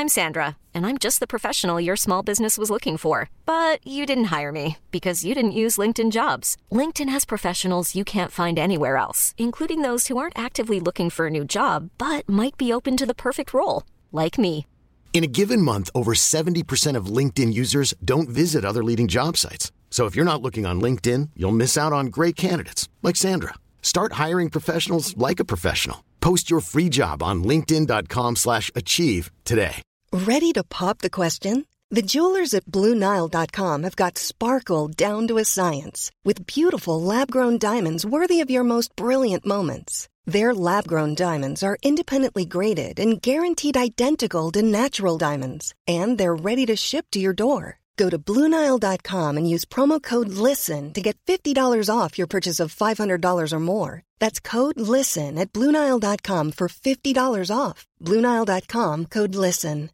I'm Sandra, and I'm just the professional your small business was looking for. But you didn't hire me because you didn't use LinkedIn Jobs. LinkedIn has professionals you can't find anywhere else, including those who aren't actively looking for a new job, but might be open to the perfect role, like me. In a given month, over 70% of LinkedIn users don't visit other leading job sites. So if you're not looking on LinkedIn, you'll miss out on great candidates like Sandra. Start hiring professionals like a professional. Post your free job on linkedin.com/achieve today. Ready to pop the question? The jewelers at BlueNile.com have got sparkle down to a science with beautiful lab-grown diamonds worthy of your most brilliant moments. Their lab-grown diamonds are independently graded and guaranteed identical to natural diamonds. And they're ready to ship to your door. Go to BlueNile.com and use promo code LISTEN to get $50 off your purchase of $500 or more. That's code LISTEN at BlueNile.com for $50 off. BlueNile.com, code LISTEN.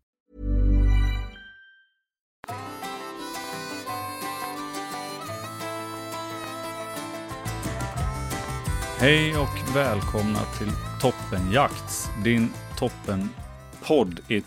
Hej och välkomna till Toppenjakts, din toppenpodd i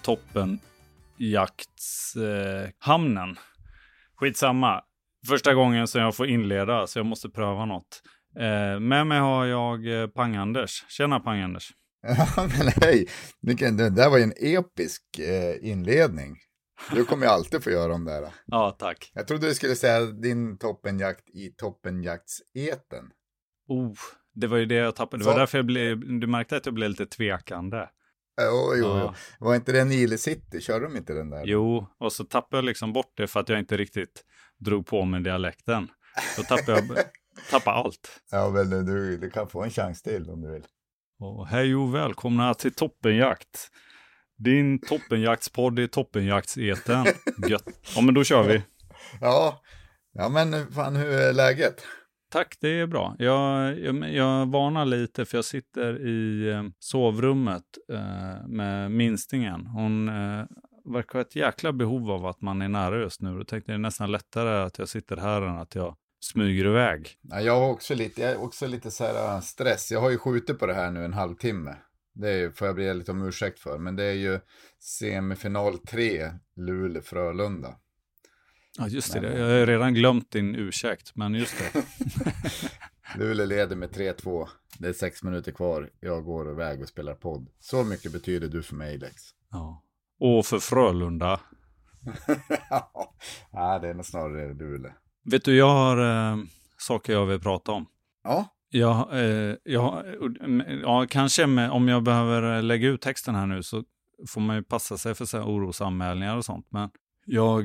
Toppenjaktshamnen. Skitsamma, första gången som jag får inleda så jag måste pröva något. Med mig har jag Pang-Anders. Tjena Pang-Anders. Ja men hej, det där var ju en episk inledning. Du kommer ju alltid få göra dem där. Ja tack. Jag trodde du skulle säga din toppenjakt i toppenjaktseten. Det var ju det jag tappade. Det var därför du märkte att jag blev lite tvekande. Jo. Var inte det Nile City? Körde de inte den där? Jo, och så tappade jag liksom bort det för att jag inte riktigt drog på med dialekten. Då tappade jag allt. Ja, väl du kan få en chans till om du vill. Och hej och välkomna till Toppenjakt. Din toppenjaktspodd i Toppenjaktseten. Gött. Ja, men då kör vi. Ja men fan, hur är läget? Tack, det är bra. Jag varnar lite för jag sitter i sovrummet med minstingen. Hon verkar ha ett jäkla behov av att man är nära just nu. Då tänkte jag nästan lättare att jag sitter här än att jag smyger iväg. Ja, jag är också lite så här stress. Jag har ju skjutit på det här nu en halvtimme. Det får jag be lite om ursäkt för. Men det är ju semifinal 3 Luleå-Frölunda. Ja just det, jag har redan glömt din ursäkt, men just det. Luleå leder med 3-2, det är 6 minuter kvar, jag går iväg och spelar podd. Så mycket betyder du för mig, Lex. Ja, och för Frölunda. Ja, det är nog snarare Luleå. Vet du, jag har saker jag vill prata om. Ja? Ja, kanske om jag behöver lägga ut texten här nu så får man ju passa sig för så här orosanmälningar och sånt, men jag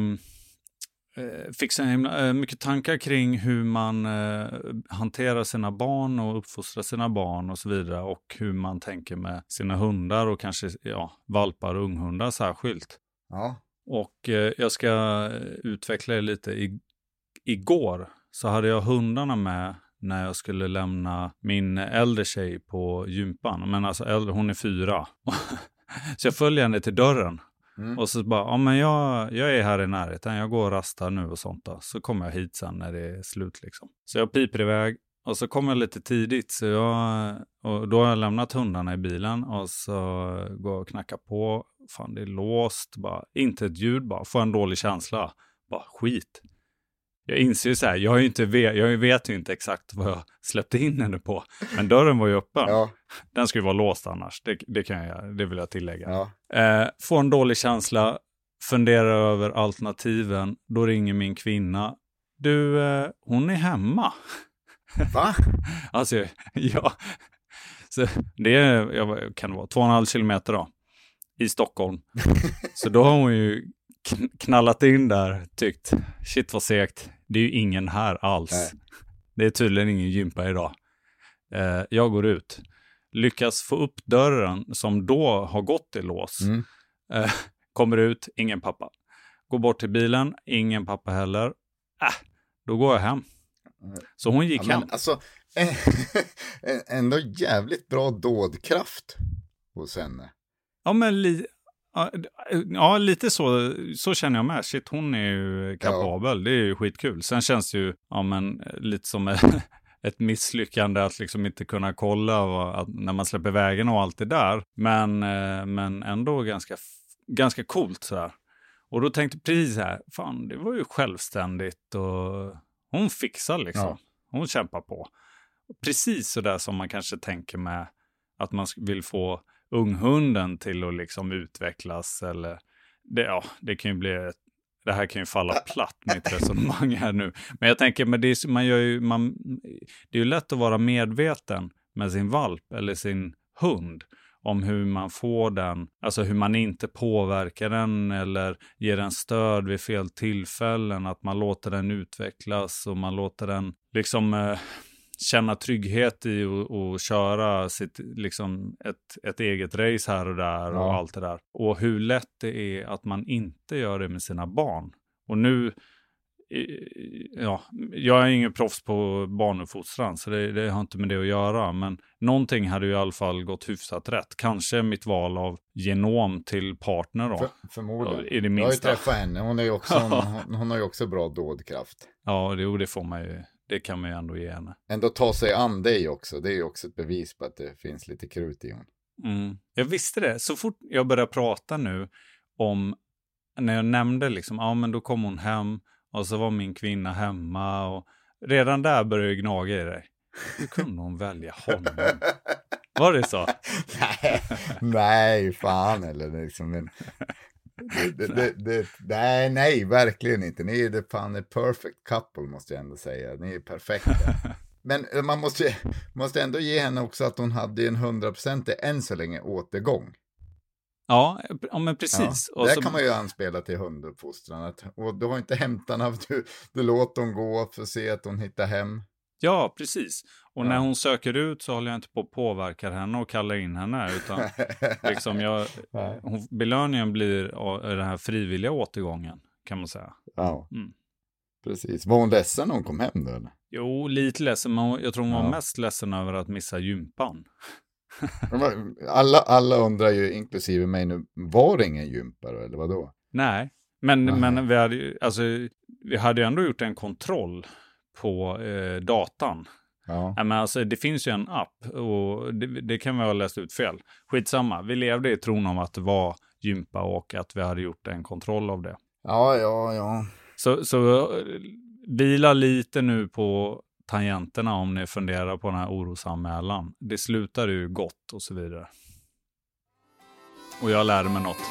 fick så himla mycket tankar kring hur man hanterar sina barn och uppfostrar sina barn och så vidare, och hur man tänker med sina hundar och kanske valpar och unghundar särskilt. Ja. Och jag ska utveckla det lite. Igår så hade jag hundarna med när jag skulle lämna min äldre tjej på gympan. Men alltså hon är 4. Så jag följer henne till dörren. Och så bara, men jag är här i närheten, jag går och rastar nu och sånt då. Så kommer jag hit sen när det är slut liksom. Så jag piper iväg och så kommer jag lite tidigt, så och då har jag lämnat hundarna i bilen och så går jag och knackar på. Fan, det är låst, bara inte ett ljud, bara får en dålig känsla. Bara skit. Jag inser ju så här, jag vet ju inte exakt vad jag släppte in henne på. Men dörren var ju öppen. Ja. Den skulle vara låst annars. Det vill jag tillägga. Ja. Får en dålig känsla. Funderar över alternativen. Då ringer min kvinna. Du, hon är hemma. Va? Alltså, ja. Så det är, kan det vara 2,5 kilometer då. I Stockholm. Så då har hon ju knallat in där, tyckt shit vad segt, det är ju ingen här alls. Nej. Det är tydligen ingen gympa idag. Jag går ut, lyckas få upp dörren som då har gått i lås. Kommer ut, ingen pappa. Går bort till bilen, ingen pappa heller. Då går jag hem. Så hon gick hem. Alltså, ändå jävligt bra dådkraft hos henne. Ja, men lite så känner jag med. Shit, hon är ju kapabel. Ja. Det är ju skitkul. Sen känns det ju lite som ett misslyckande att liksom inte kunna kolla när man släpper vägen och allt det där. Men ändå ganska ganska coolt sådär. Och då tänkte jag precis så här, fan det var ju självständigt och hon fixar liksom. Ja. Hon kämpar på. Precis så där som man kanske tänker med att man vill få unghunden till att liksom utvecklas eller det kan ju bli det här kan ju falla platt mitt resonemang här nu. Men jag tänker men det är ju lätt att vara medveten med sin valp eller sin hund om hur man får den, alltså hur man inte påverkar den eller ger den stöd vid fel tillfällen, att man låter den utvecklas och man låter den liksom känna trygghet i och köra sitt, liksom ett eget race här och där och allt det där. Och hur lätt det är att man inte gör det med sina barn. Och nu, jag är ingen proffs på barnuppfostran så det har inte med det att göra. Men någonting hade ju i alla fall gått hyfsat rätt. Kanske mitt val av genom till partner då. Förmodligen. I det minsta. Jag har ju träffat henne. Hon har ju också bra dådkraft. Ja, det får man ju. Det kan man ju ändå ge henne. Ändå ta sig an dig också. Det är ju också ett bevis på att det finns lite krut i hon. Jag visste det. Så fort jag började prata nu om, när jag nämnde liksom, men då kom hon hem och så var min kvinna hemma och redan där började jag gnaga i dig. Hur kunde hon välja honom? Var det så? Nej, fan eller liksom nej, verkligen inte. Ni är fan ett perfect couple måste jag ändå säga. Ni är perfekta. Men man måste ändå ge henne också att hon hade en 100% än så länge återgång. Ja, men precis. Ja, där kan man ju anspela till hunduppfostran. Och du har inte hämtat av du låter hon gå för att se att hon hittar hem. Ja, precis. Och när hon söker ut så håller jag inte på att påverka henne och kalla in henne. Utan liksom belöningen blir den här frivilliga återgången, kan man säga. Ja, precis. Var hon ledsen när hon kom hem då? Eller? Jo, lite ledsen. Men jag tror hon var mest ledsen över att missa gympan. Alla undrar ju, inklusive mig nu, var det ingen gympa då, eller vadå? Nej, men vi hade ju ändå gjort en kontroll på datan. Ja. Men alltså, det finns ju en app och det kan vi ha läst ut fel. Skitsamma, vi levde i tron om att det var gympa och att vi hade gjort en kontroll av det. Ja. Så vila lite nu på tangenterna om ni funderar på den här orosanmälan. Det slutar ju gott och så vidare. Och jag lärde mig något.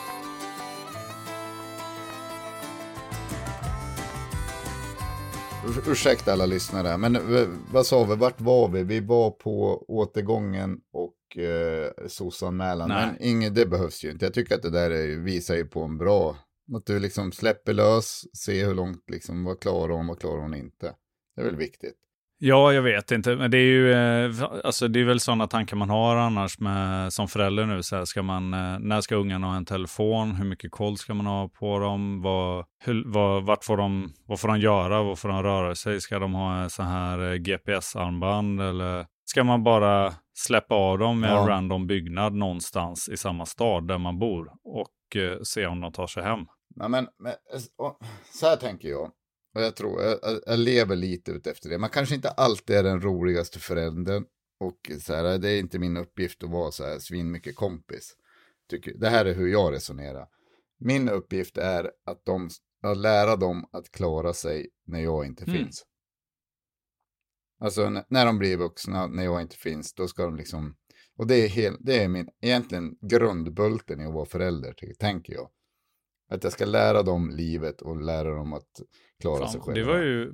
Ursäkta alla lyssnare, men vad sa vi? Vart var vi? Vi var på återgången och SOS-anmälan. Men det behövs ju inte. Jag tycker att det där visar ju på en bra, att du liksom släpper lös, se hur långt liksom, vad klarar hon inte. Det är väl viktigt. Ja, jag vet inte. Men det är ju alltså det är väl sådana tankar man har annars som förälder nu. Så här, när ska ungarna ha en telefon? Hur mycket koll ska man ha på dem? Vad får de göra? Vad får de röra sig? Ska de ha en sån här GPS-armband? Eller ska man bara släppa av dem med en random byggnad någonstans i samma stad där man bor och se om de tar sig hem? Nej, men så här tänker jag. Och jag tror, jag lever lite ut efter det. Man kanske inte alltid är den roligaste föräldern. Och så här, det är inte min uppgift att vara så här svin mycket kompis. Det här är hur jag resonerar. Min uppgift är att lära dem att klara sig när jag inte finns. Alltså när de blir vuxna, när jag inte finns, då ska de liksom... Och det är min egentligen grundbulten i att vara förälder, tänker jag. Att jag ska lära dem livet och lära dem att klara sig själva. Det var ju...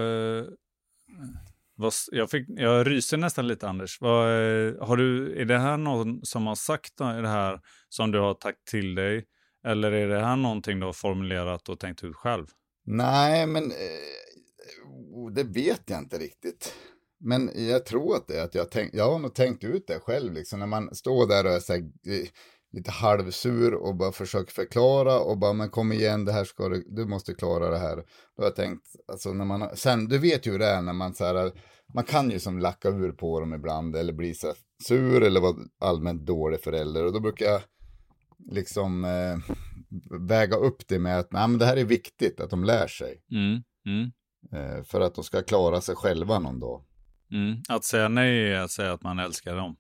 Jag ryser nästan lite, Anders. Är det här någon som har sagt det här som du har tagit till dig? Eller är det här någonting du har formulerat och tänkt ut själv? Nej, men det vet jag inte riktigt. Men jag tror att det är att jag har nog tänkt ut det själv. Liksom, när man står där och är så här, lite halvsur och bara försöker förklara och bara, men kom igen, det här du måste klara det här. Då har jag tänkt, alltså sen, du vet ju hur det är när man så här, man kan ju som lacka ur på dem ibland eller bli så sur eller vara allmänt dålig förälder, och då brukar jag liksom väga upp det med att men det här är viktigt att de lär sig. För att de ska klara sig själva någon dag. Att säga nej är att säga att man älskar dem.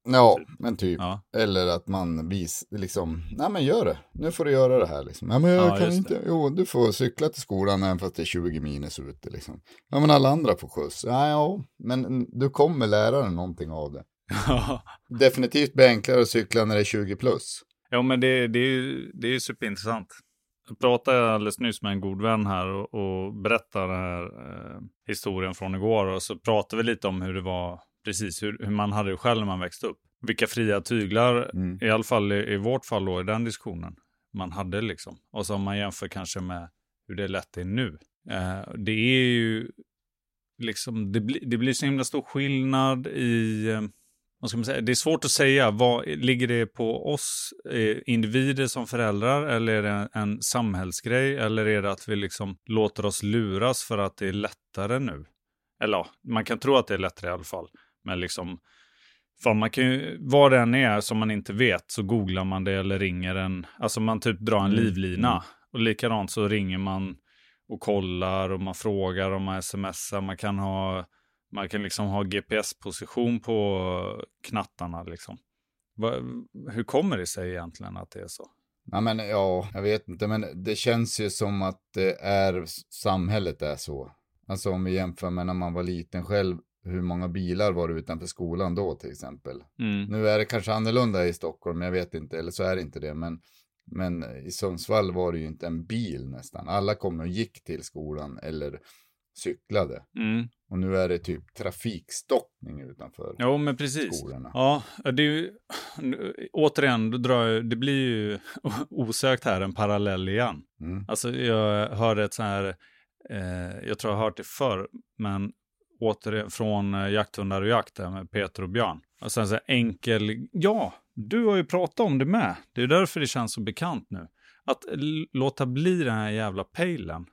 Ja, typ. men typ. Ja. Eller att man liksom, nej men gör det. Nu får du göra det här liksom. Ja, men jag kan inte. Jo, du får cykla till skolan även fast det är 20 minus ute liksom. Ja, men alla andra får skjuts. Ja, men du kommer lära dig någonting av det. Definitivt blir enklare att cykla när det är 20 plus. Ja, men det är ju superintressant. Jag pratade alldeles nyss med en god vän här och berättade den här historien från igår. Och så pratade vi lite om hur det var, precis hur man hade det själv när man växte upp. Vilka fria tyglar, i alla fall i vårt fall då, i den diskussionen, man hade liksom. Och så om man jämför kanske med hur det är lätt är nu. Det är ju liksom, det blir så himla stor skillnad i... Vad ska man säga? Det är svårt att säga. Ligger det på oss individer som föräldrar, eller är det en samhällsgrej, eller är det att vi liksom låter oss luras för att det är lättare nu? Eller ja, man kan tro att det är lättare i alla fall. Men liksom, för man kan ju, vad det än är som man inte vet, så googlar man det eller ringer en, alltså man typ drar en livlina. Och likadant så ringer man och kollar och man frågar och man smsar. Man kan liksom ha GPS-position på knattarna liksom. Hur kommer det sig egentligen att det är så? Ja, men jag vet inte, men det känns ju som att samhället är så. Alltså om vi jämför med när man var liten själv, hur många bilar var det utanför skolan då till exempel. Nu är det kanske annorlunda i Stockholm, jag vet inte, eller så är det inte det, men i Sundsvall var det ju inte en bil nästan. Alla kom och gick till skolan eller cyklade. Och nu är det typ trafikstockning utanför. Jo, men precis. Skolorna. Ja, det är ju, återigen, det blir ju osökt här en parallell igen. Alltså jag hörde ett så här, jag tror jag har hört det förr, men återigen från Jakthundar och jakt med Peter och Björn. Och sen så här enkel, ja, du har ju pratat om det med. Det är därför det känns så bekant nu. Att låta bli den här jävla pejlen.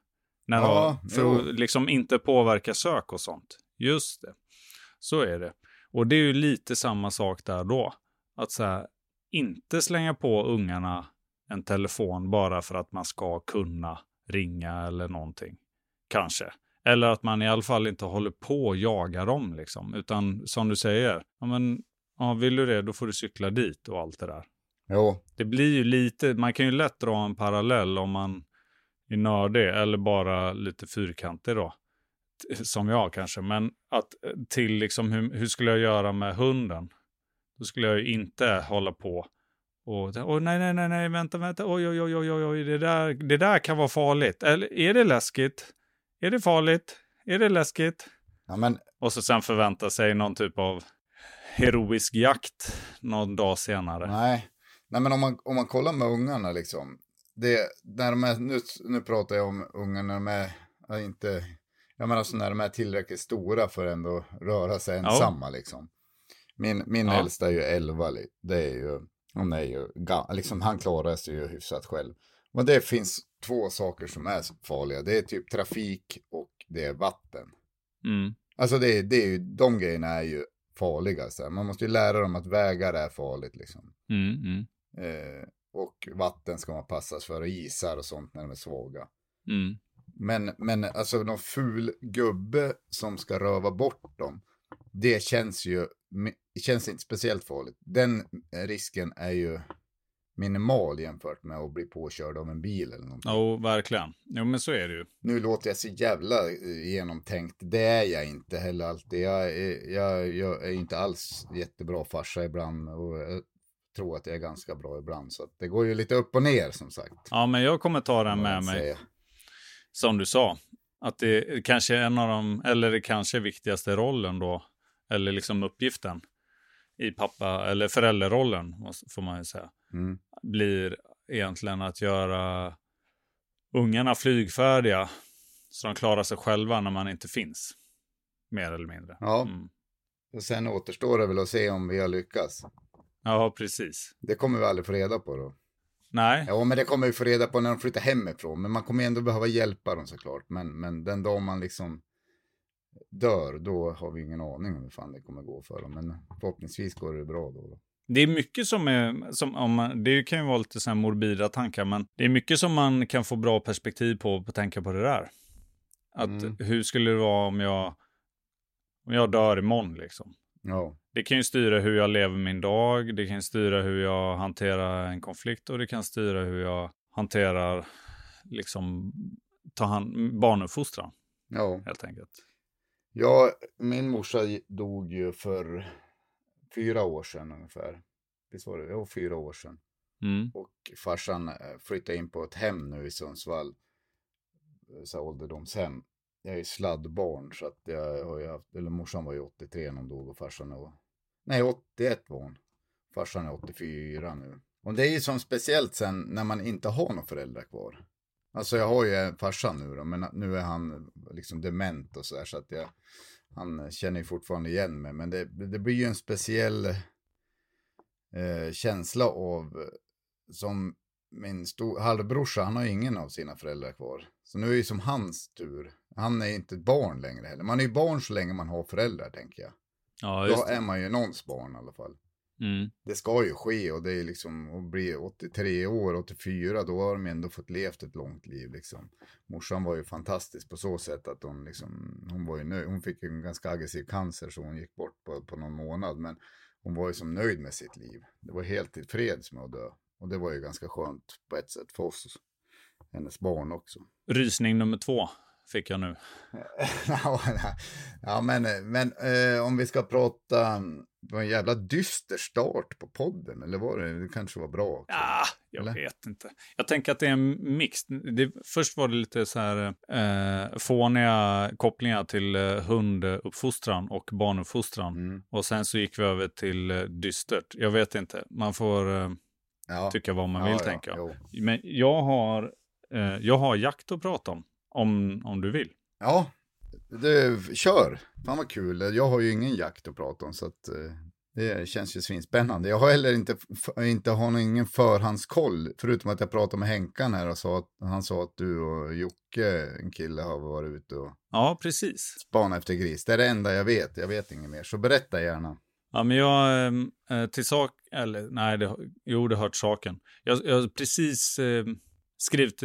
För att liksom inte påverka sök och sånt. Just det. Så är det. Och det är ju lite samma sak där då. Att så här, inte slänga på ungarna en telefon bara för att man ska kunna ringa eller någonting. Kanske. Eller att man i alla fall inte håller på och jagar dem liksom. Utan som du säger, vill du det, då får du cykla dit och allt det där. Jo. Det blir ju lite, man kan ju lätt dra en parallell om man är nördig eller bara lite fyrkantig då. Som jag kanske. Men att till liksom, hur skulle jag göra med hunden? Då skulle jag ju inte hålla på och nej, vänta, oj, det där kan vara farligt. Eller är det läskigt? Är det farligt? Är det läskigt? Ja, men... Och så sen förvänta sig någon typ av heroisk jakt någon dag senare. Nej, men om man kollar med ungarna liksom. När de är, nu pratar jag om ungarna när de är inte... Jag menar alltså när de är tillräckligt stora för ändå röra sig ensamma liksom. Min äldsta är ju 11. Hon är ju liksom, han klarar sig ju hyfsat själv. Men det finns 2 saker som är farliga. Det är typ trafik och det är vatten. Alltså det är ju, de grejerna är ju farliga. Så här. Man måste ju lära dem att vägar är farligt liksom. Och vatten ska man passas för och isar och sånt när de är svaga. Men alltså någon ful gubbe som ska röva bort dem, det känns inte speciellt farligt. Den risken är ju minimal jämfört med att bli påkörd av en bil eller någonting. Ja, verkligen. Jo, men så är det ju. Nu låter jag så jävla genomtänkt. Det är jag inte heller alltid. Jag är inte alls jättebra farsa ibland och jag tror att jag är ganska bra ibland. Så att det går ju lite upp och ner som sagt. Ja, men jag kommer ta den med mig. Som du sa. Att det kanske är en av de, eller det kanske är viktigaste rollen då. Eller liksom uppgiften i pappa, eller föräldrarollen får man ju säga. Blir egentligen att göra ungarna flygfärdiga så de klarar sig själva när man inte finns. Mer eller mindre. Ja. Och sen återstår det väl att se om vi har lyckats. Ja, precis. Det kommer vi aldrig få reda på då. Nej. Ja, men det kommer vi få reda på när de flyttar hemifrån. Men man kommer ändå behöva hjälpa dem såklart. Men den dag man liksom dör, då har vi ingen aning om hur fan det kommer gå för dem. Men förhoppningsvis går det bra då. Det är mycket det kan ju vara lite så här morbida tankar, men det är mycket som man kan få bra perspektiv på tänka på det där. Att hur skulle det vara om jag dör imorgon liksom? Ja. Det kan ju styra hur jag lever min dag. Det kan styra hur jag hanterar en konflikt. Och det kan styra hur jag hanterar liksom barnuppfostran. Ja. Helt enkelt. Ja, min morsa dog ju för 4 år sedan ungefär. Visst var det? Ja, 4 år sedan. Mm. Och farsan flyttade in på ett hem nu i Sundsvall. Så ålderdomshem. Jag är ju sladdbarn så att jag har ju haft, eller morsan var ju 83 när hon dog och farsan är, nej 81 var hon. Farsan är 84 nu. Och det är ju som speciellt sen när man inte har några föräldrar kvar. Alltså jag har ju en farsan nu då, men nu är han liksom dement och sådär så att han känner ju fortfarande igen mig. Men det blir ju en speciell känsla av, som min halvbrorsa, han har ju ingen av sina föräldrar kvar. Så nu är det ju som hans tur. Han är inte ett barn längre heller. Man är ju barn så länge man har föräldrar, tänker jag. Ja, just det. Då är man ju någons barn i alla fall. Mm. Det ska ju ske och det är liksom att bli 83 år, 84, då har de ändå fått levt ett långt liv liksom. Morsan var ju fantastisk på så sätt att hon var ju nöjd. Hon fick en ganska aggressiv cancer så hon gick bort på någon månad, men hon var ju som nöjd med sitt liv. Det var helt tillfreds med att dö. Och det var ju ganska skönt på ett sätt för oss, hennes barn också. Rysning nummer 2 fick jag nu. Ja, men om vi ska prata, det var en jävla dyster start på podden, eller var det kanske var bra också? Ja, jag vet inte. Jag tänker att det är en mix. Först var det lite så här fåniga kopplingar till hunduppfostran och barnuppfostran. Mm. Och sen så gick vi över till dystert. Jag vet inte. Man får tycka vad man vill, tänka. Jo. Men jag har jakt att prata om du vill. Ja, kör. Fan vad kul. Jag har ju ingen jakt att prata om så att det känns ju svinspännande. Jag har heller inte ingen förhandskoll, förutom att jag pratade med Henkan här och han sa att du och Jocke, en kille, har varit ute och spana efter gris. Det är det enda jag vet. Jag vet inget mer. Så berätta gärna. Ja, men jag till sak, eller nej, det har hört saken. Jag har precis skrivit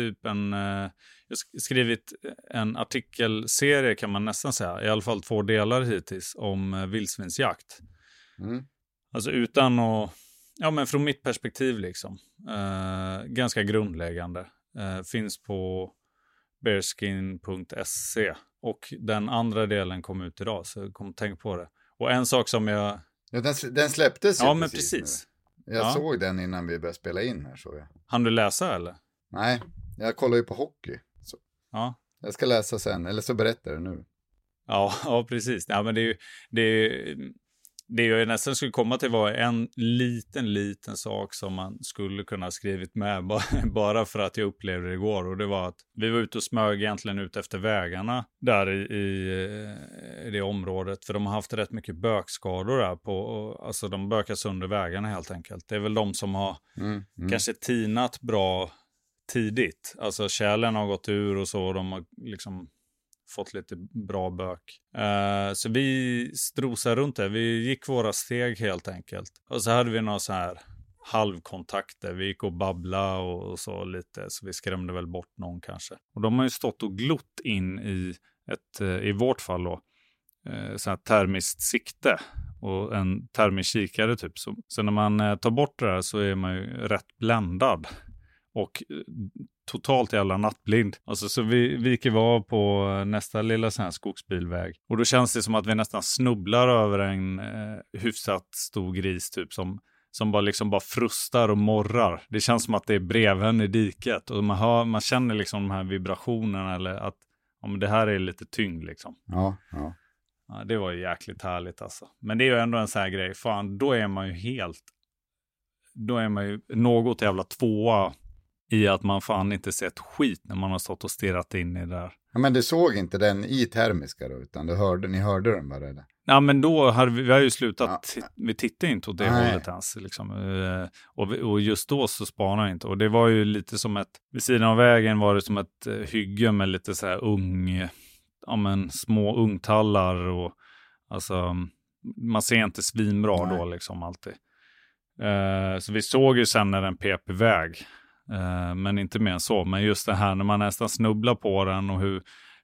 en artikelserie kan man nästan säga, i alla fall 2 delar hittills, om vildsvinsjakt. Mm. Alltså utan att, men från mitt perspektiv liksom, ganska grundläggande. Finns på bearskin.se och den andra delen kom ut idag, så kom tänk på det. Och en sak som jag... Ja, den släpptes ju. Ja, men precis. Jag såg den innan vi började spela in här, så jag. Hann du läsa eller? Nej, jag kollar ju på hockey. Så. Ja. Jag ska läsa sen, eller så berättar du nu. Ja, precis. Ja, men det jag nästan skulle komma till var en liten sak som man skulle kunna ha skrivit med bara för att jag upplevde det igår. Och det var att vi var ute och smög egentligen ut efter vägarna där i det området. För de har haft rätt mycket bökskador där alltså de bökar sönder vägarna helt enkelt. Det är väl de som har kanske tinat bra tidigt. Alltså kärlen har gått ur och så, de har liksom fått lite bra bök. Så vi strosade runt det. Vi gick våra steg helt enkelt. Och så hade vi några så här halvkontakter. Vi gick och babbla och så lite. Så vi skrämde väl bort någon kanske. Och de har ju stått och glott in i vårt fall då, så här termiskt sikte. Och en termisk kikare typ. Så när man tar bort det här så är man ju rätt bländad. Och totalt jävla nattblind. Alltså så vi viker av på nästa lilla sån här skogsbilväg. Och då känns det som att vi nästan snubblar över en hyfsat stor gris typ som bara frustar och morrar. Det känns som att det är breven i diket. Och man känner liksom de här vibrationerna eller att men det här är lite tyngd liksom. Ja. Ja, det var ju jäkligt härligt alltså. Men det är ju ändå en sån här grej. Fan, då är man ju något jävla tvåa i att man fan inte sett skit när man har stått och stirrat in i det där. Ja, men du såg inte den i termiska då, utan ni hörde den bara eller? Ja, men då har vi ju slutat, vi tittade inte åt det hållet ens liksom. Och just då så spanade inte. Och det var ju lite som vid sidan av vägen var det som ett hygge med lite så här små ungtallar och alltså man ser inte svinbra då liksom alltid. Så vi såg ju sen när den pep iväg. Men inte mer än så. Men just det här när man nästan snubblar på den och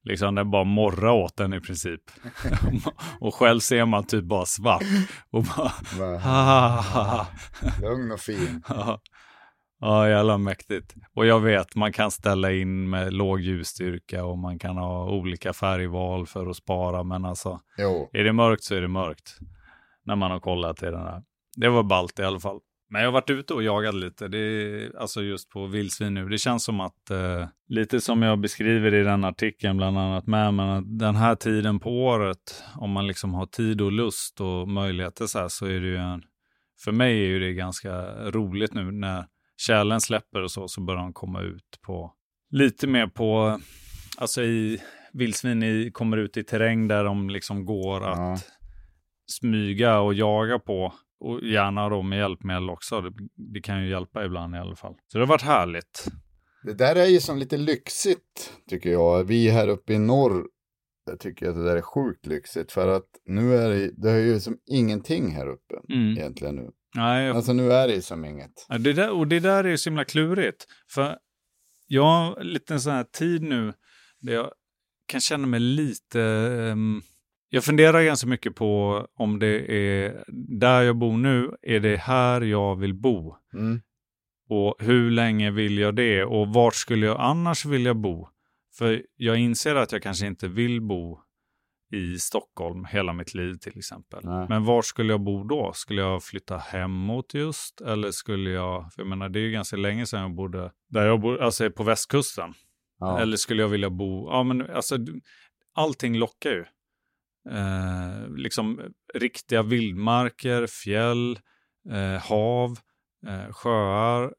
liksom den bara morrar åt den i princip. Och själv ser man typ bara svart. Och bara... Lugn och fin. Ja, jävla mäktigt. Och jag vet, man kan ställa in med låg ljusstyrka och man kan ha olika färgval för att spara. Men alltså, är det mörkt så är det mörkt. När man har kollat i den här. Det var ballt i alla fall. Men jag har varit ute och jagat lite. Det är, alltså just på vildsvin nu. Det känns som att, lite som jag beskriver i den artikeln bland annat med. Men att den här tiden på året, om man liksom har tid och lust och möjligheter så är det ju för mig är ju det ganska roligt nu när kärlen släpper och så börjar de komma ut på lite mer på, alltså vildsvin kommer ut i terräng där de liksom går att smyga och jaga på. Och gärna då med hjälpmedel också. Det kan ju hjälpa ibland i alla fall. Så det har varit härligt. Det där är ju som lite lyxigt tycker jag. Vi här uppe i norr, jag tycker att det där är sjukt lyxigt. För att nu är det är ju som ingenting här uppe egentligen nu. Nej, alltså nu är det som inget. Ja, det där är ju så himla klurigt. För jag har lite en sån här tid nu där jag kan känna mig lite... jag funderar ganska mycket på om det är där jag bor nu, är det här jag vill bo? Och hur länge vill jag det? Och vart skulle jag annars vilja bo? För jag inser att jag kanske inte vill bo i Stockholm hela mitt liv till exempel. Nej. Men var skulle jag bo då? Skulle jag flytta hemåt just? Eller skulle jag, för jag menar det är ju ganska länge sedan jag bodde där jag bor, alltså på västkusten. Ja. Eller skulle jag vilja bo, ja men alltså allting lockar ju. Liksom riktiga vildmarker, fjäll, hav, sjöar,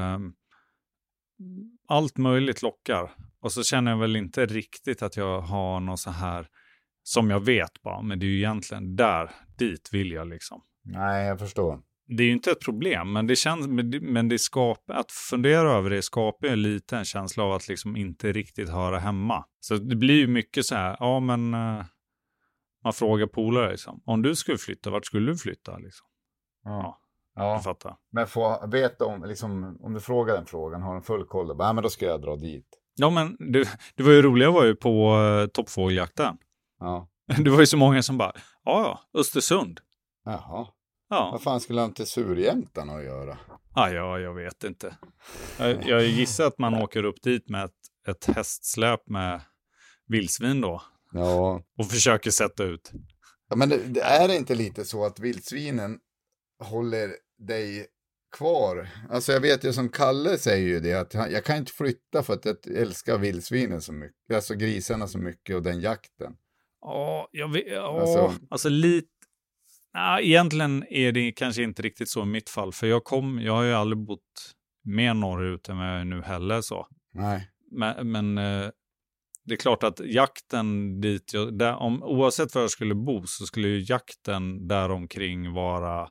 allt möjligt lockar. Och så känner jag väl inte riktigt att jag har något så här som jag vet bara, men det är ju egentligen dit vill jag liksom. Nej, jag förstår. Det är ju inte ett problem, men det känns, men det skapar, att fundera över det skapar ju lite en känsla av att liksom inte riktigt höra hemma. Så det blir ju mycket så här, ja men man frågar polare liksom, om du skulle flytta, vart skulle du flytta liksom? Ja. Jag fattar. Men få veta om, liksom, om du frågar den frågan, har en full koll, ja men då ska jag dra dit. Ja men det var ju roliga var ju på toppfågeljakten. Ja. Det var ju så många som bara, ja, Östersund. Jaha. Ja. Vad fan skulle han till Surjämtan att göra? Ja, jag vet inte. Jag gissar att man åker upp dit med ett hästsläp med vildsvin då. Ja. Och försöker sätta ut. Ja, men det är inte lite så att vildsvinen håller dig kvar? Alltså jag vet ju som Kalle säger ju det, att jag kan inte flytta för att jag älskar vildsvinen så mycket. Alltså grisarna så mycket och den jakten. Ja, jag vet. Alltså lite. Nej, egentligen är det kanske inte riktigt så i mitt fall. För jag har ju aldrig bott mer norrut än vad jag är nu heller så. Nej. Men det är klart att jakten dit, oavsett var jag skulle bo så skulle ju jakten däromkring vara,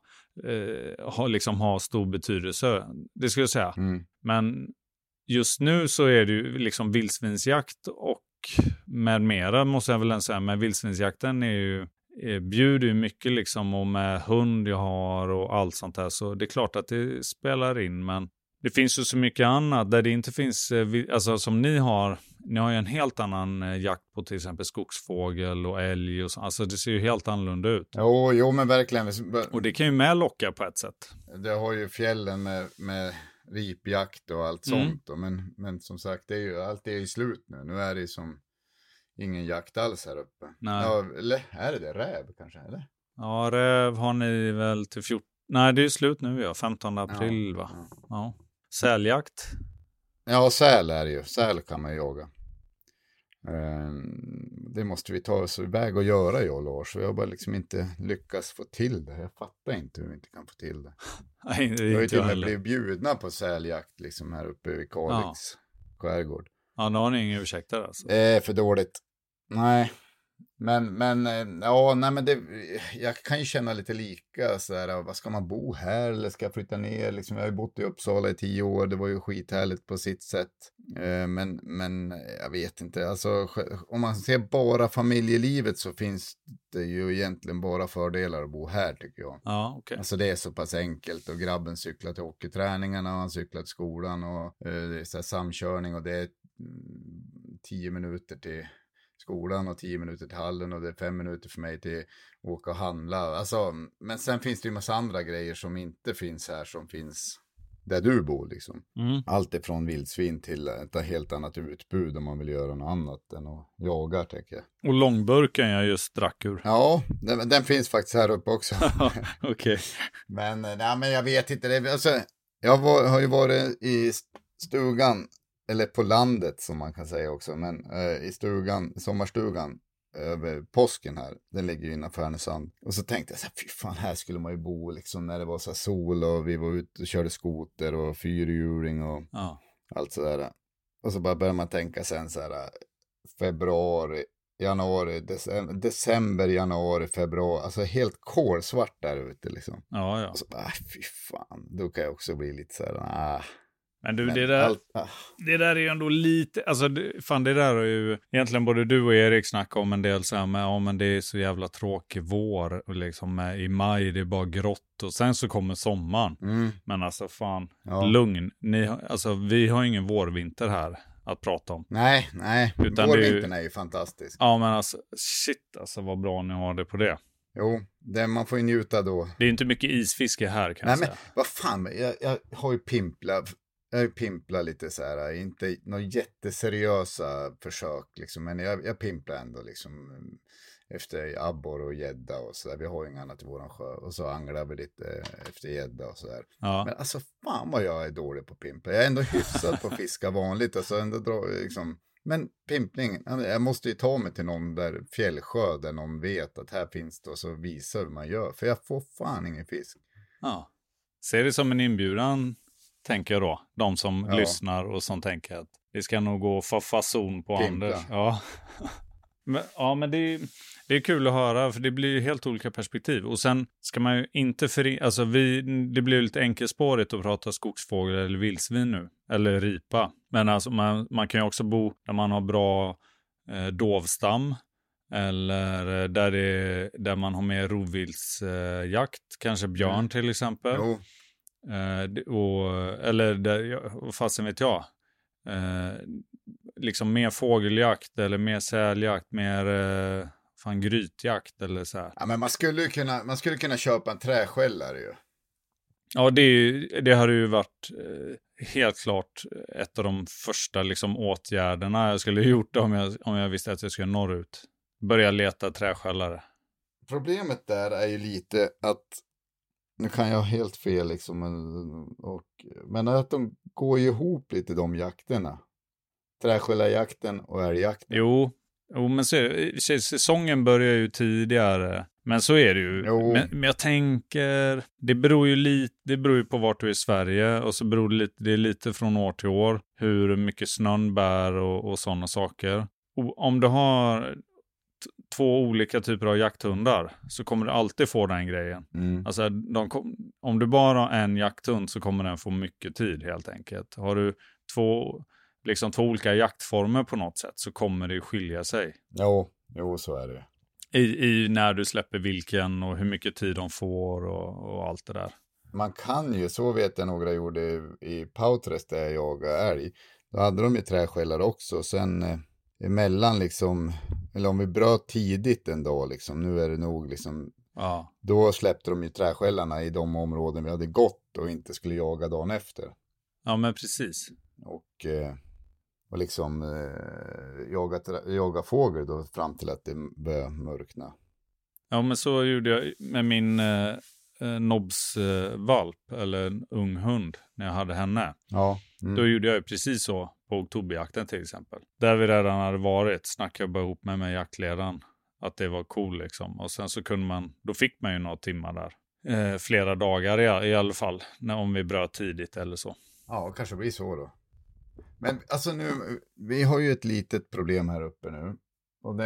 ha stor betydelse. Det skulle jag säga. Men just nu så är det ju liksom vildsvinsjakt och med mera måste jag väl säga. Men vildsvinsjakten bjuder ju mycket liksom, och med hund jag har och allt sånt där, så det är klart att det spelar in, men det finns ju så mycket annat där det inte finns, alltså som ni har ju en helt annan jakt på till exempel skogsfågel och älg och så, alltså det ser ju helt annorlunda ut. Jo men verkligen. Och det kan ju med locka på ett sätt. Det har ju fjällen med ripjakt och allt sånt då, men som sagt det är ju, allt är ju slut nu är det som ingen jakt alls här uppe. Nej. Ja, eller är det räv kanske, eller? Ja, räv har ni väl till 14... Nej, det är slut nu 15 april va? Ja. Säljakt? Ja, säl är det ju. Säl kan man jaga. Det måste vi ta oss iväg och göra, jag och Lars. Vi har bara liksom inte lyckats få till det. Jag fattar inte hur vi inte kan få till det. Nej, det är vi har ju till och med blivit bjudna på säljakt liksom här uppe i Kalix skärgård. Ja, då har ni ingen ursäkt där alltså. För dåligt. Nej. Men jag kan ju känna lite lika så här, vad ska man bo här eller ska jag flytta ner liksom, jag har ju bott i Uppsala i 10 år, det var ju skithärligt på sitt sätt, men jag vet inte, alltså om man ser bara familjelivet så finns det ju egentligen bara fördelar att bo här tycker jag. Ja, okej. Alltså det är så pass enkelt och grabben cyklar till hockeyträningarna och han cyklar till skolan och det är så här samkörning och det är 10 minuter till skolan och 10 minuter till hallen och det är 5 minuter för mig till att åka och handla. Alltså, men sen finns det ju massa andra grejer som inte finns här som finns där du bor liksom. Allt ifrån vildsvin till ett helt annat utbud om man vill göra något annat än att jaga, tänker jag. Och långburken jag just drack ur. Ja, den finns faktiskt här uppe också. Okej. Men, nej, men jag vet inte. Alltså, jag har ju varit i stugan, eller på landet som man kan säga också, men i stugan, sommarstugan över påsken här, den ligger ju innanför Härnösand. Och så tänkte jag så här, fy fan, här skulle man ju bo liksom när det var så här sol och vi var ute och körde skoter och fyrhjuling och allt sådär. Och så bara börjar man tänka sen så här, februari, januari, december, januari, februari, alltså helt kolsvart där ute liksom. Ja. Och så bara, fy fan, då kan jag också bli lite så här, Men du, det där är ju ändå lite, alltså fan det där är ju, egentligen både du och Erik snackar om en del så här med, ja men det är så jävla tråkig vår och liksom i maj det är bara grått och sen så kommer sommaren. Men alltså fan, lugn, vi har ingen vårvinter här att prata om. Nej, utan vårvintern är ju fantastisk. Ja men alltså, shit alltså vad bra ni har det på det. Jo, man får ju njuta då. Det är inte mycket isfiske här kan jag säga. Nej men vad fan, jag har ju pimplat lite så här, inte några jätteseriösa försök liksom, men jag pimplar ändå liksom efter abborre och gädda och så där. Vi har ju inget annat i våran sjö och så anglar vi lite efter gädda och så där. Ja. Men alltså fan vad jag är dålig på pimpla. Jag är ändå hyfsad på att fiska vanligt, alltså ändå liksom. Men pimpling, jag måste ju ta mig till någon där fjällsjö där någon vet att här finns det och så visar hur man gör, för jag får fan ingen fisk. Ja. Ser det som en inbjudan, tänker jag då. De som lyssnar och som tänker att det ska nog gå för fason på pimpla. Anders. Men det är kul att höra, för det blir helt olika perspektiv. Och sen ska man ju inte det blir lite enkelspårigt att prata skogsfågel eller vildsvin nu. Eller ripa. Men alltså man kan ju också bo där man har bra dovstam. Eller där man har mer rovviltsjakt. Kanske björn till exempel. Jo. Eller där, fastän vet jag. Liksom mer fågeljakt eller mer säljakt, mer grytjakt eller så här. Ja, men man skulle kunna köpa en träskällare ju. Ja, det har ju varit helt klart ett av de första liksom åtgärderna jag skulle gjort om jag visste att jag skulle norrut. Börja leta träskällare. Problemet där är ju lite att, nu kan jag ha helt fel liksom, men att de går ju ihop lite de jakterna. Träskällarjakten och älgjakten. Jo, men säsongen börjar ju tidigare. Men så är det ju. Men jag tänker, det beror ju på vart du är i Sverige. Och så beror det är lite från år till år. Hur mycket snön bär och sådana saker. Och om du har två olika typer av jakthundar så kommer du alltid få den grejen. Alltså om du bara har en jakthund så kommer den få mycket tid helt enkelt. Har du två olika jaktformer på något sätt så kommer det skilja sig. Jo, så är det. I när du släpper vilken och hur mycket tid de får och allt det där. Man kan ju, så vet jag några gjorde i Pautres där jag jagade älg. Då hade de ju träskällare också. Sen emellan liksom, eller om vi bröt tidigt en dag liksom, nu är det nog liksom, då släppte de ju träskällarna i de områden vi hade gått och inte skulle jaga dagen efter. Ja, men precis. Och liksom jaga fågel då fram till att det började mörkna. Ja, men så gjorde jag med min Nobs-valp eller en ung hund när jag hade henne. Ja. Då gjorde jag precis så på oktoberjakten till exempel. Där vi redan hade varit snackade jag bara ihop med jaktledaren att det var cool liksom. Och sen så då fick man ju några timmar där. Flera dagar i alla fall, om vi bröt tidigt eller så. Ja, kanske blir så då. Men alltså nu, vi har ju ett litet problem här uppe nu. Och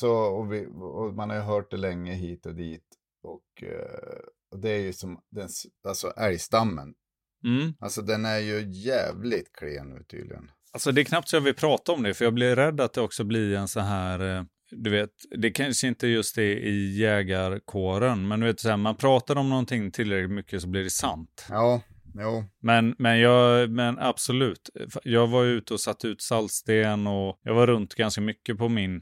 man har ju hört det länge hit och dit. Och det är ju som älgstammen. Alltså den är ju jävligt klen nu tydligen. Alltså det är knappt så jag vill prata om det, för jag blir rädd att det också blir en så här, du vet, det kanske inte just är i jägarkåren, men du vet så här, man pratar om någonting tillräckligt mycket så blir det sant. Ja. Jo. Men absolut. Jag var ute och satt ut saltsten och jag var runt ganska mycket på min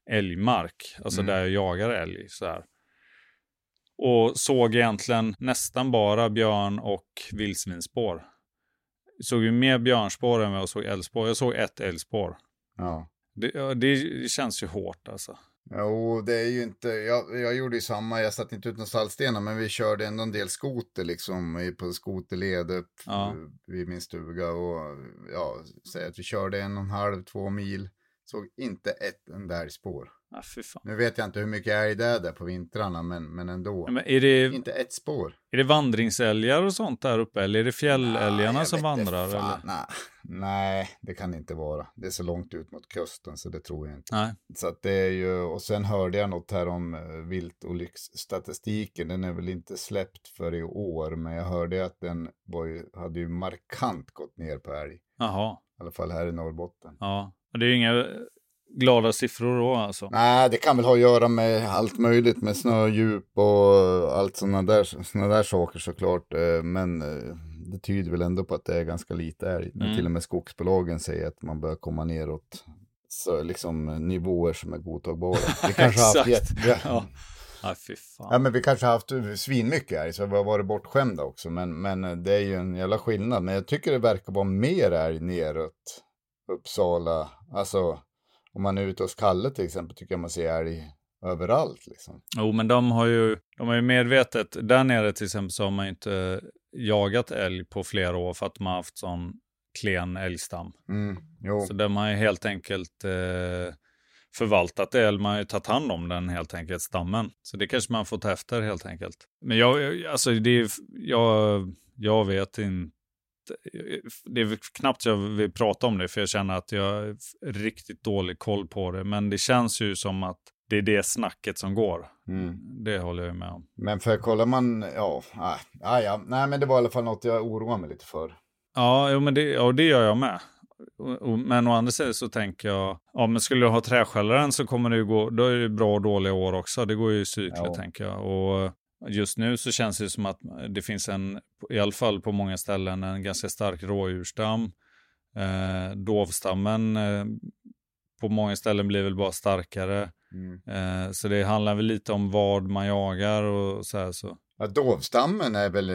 älgmark. Alltså där jag jagar älg så här. Och såg egentligen nästan bara björn och vildsvinsspår. Såg ju mer björnspår än vad jag såg älgspår. Jag såg ett älgspår. Ja. Det känns ju hårt alltså. Jo, det är ju inte, jag gjorde ju samma, jag satt inte ut någon saltstenar, men vi körde ändå en del skoter liksom på skoterled upp vid min stuga och säg att vi körde 1,5-2 mil, såg inte ett enda älgspår. Ja, fy fan. Nu vet jag inte hur mycket älg det är där på vintrarna, men ändå. Ja, men är det, inte ett spår. Är det vandringsälgar och sånt där uppe, eller är det fjällälgarna som vandrar? Eller? Nej, det kan det inte vara. Det är så långt ut mot kusten så det tror jag inte. Nej. Så att det är ju, och sen hörde jag något här om viltolycksstatistiken. Den är väl inte släppt för i år, men jag hörde att den hade ju markant gått ner på älg. Jaha. I alla fall här i Norrbotten. Ja, och det är ju inga glada siffror då alltså. Nej, det kan väl ha att göra med allt möjligt, med snödjup och allt sådana där saker såklart. Men det tyder väl ändå på att det är ganska lite älg. Men till och med skogsbolagen säger att man bör komma neråt så liksom nivåer som är godtagbara. Vi kanske har haft Ja, fy fan. Ja, men vi kanske har haft svinmycket älg så vi har varit bortskämda också. Men det är ju en jävla skillnad. Men jag tycker det verkar vara mer älg neråt Uppsala. Alltså om man är ute hos Kalle till exempel tycker jag man ser älg överallt liksom. Jo, men de har ju medvetet, där nere till exempel så har man ju inte jagat älg på flera år för att man har haft sån klen älgstam. Så de har ju helt enkelt förvaltat älg, man har ju tagit hand om den helt enkelt, stammen. Så det kanske man fått efter helt enkelt. Men jag vet inte. Det är knappt jag vill prata om det för jag känner att jag har riktigt dålig koll på det. Men det känns ju som att det är det snacket som går. Det håller jag med om. Men för kollar man, nej men det var i alla fall något jag oroar mig lite för. Ja, men det gör jag med. Men å andra sidan så tänker jag, men skulle jag ha träskällaren så kommer det ju gå, då är det bra och dåliga år också. Det går ju i cykler tänker jag. Och just nu så känns det som att det finns i alla fall på många ställen, en ganska stark rådjursstam. Dovstammen på många ställen blir väl bara starkare. Så det handlar väl lite om vad man jagar och så här så. Ja, dovstammen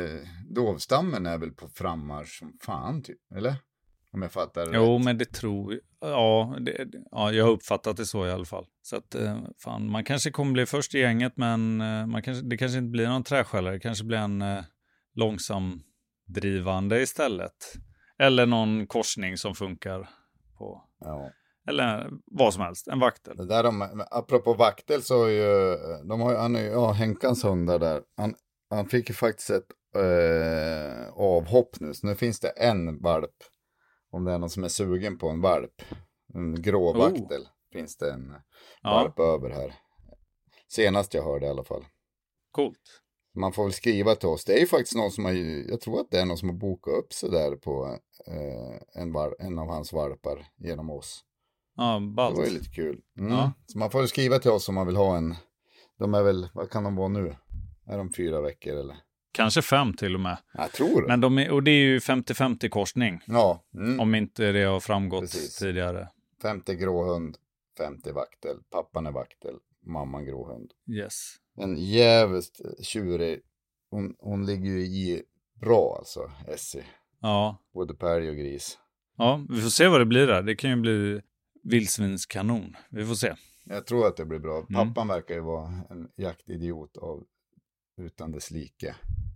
är väl på frammarsch som fan typ, eller? Om jag fattar det Jo, rätt. men det tror jag. Jag har uppfattat det så i alla fall. Så att man kanske kommer bli först i gänget, men det kanske inte blir någon träskällare. Det kanske blir en långsam drivande istället. Eller någon korsning som funkar på. Ja. Eller vad som helst, en vaktel. Det där apropå vaktel så Henkans hundar där. Han fick ju faktiskt ett avhopp nu. Så nu finns det en valp. Om det är någon som är sugen på en valp. En grå vaktel. Finns det en valp över här. Senast jag hörde i alla fall. Coolt. Man får väl skriva till oss. Det är ju faktiskt någon som jag tror att det är någon som har bokat upp sig där på en av hans valpar genom oss. Ja, ballt. Det var ju lite kul. Så man får väl skriva till oss om man vill ha en. De är väl, vad kan de vara nu? Är de 4 veckor eller? Kanske 5 till och med. Jag tror det. Men och det är ju 50-50 korsning. Ja. Om inte det har framgått tidigare. 50 gråhund, 50 vaktel. Pappan är vaktel, mamman gråhund. Yes. En jävligt tjurig. Hon ligger ju i bra alltså, Essie. Ja. Både pärg och gris. Ja, vi får se vad det blir där. Det kan ju bli vildsvinskanon. Vi får se. Jag tror att det blir bra. Pappan verkar ju vara en jaktidiot utan dess like.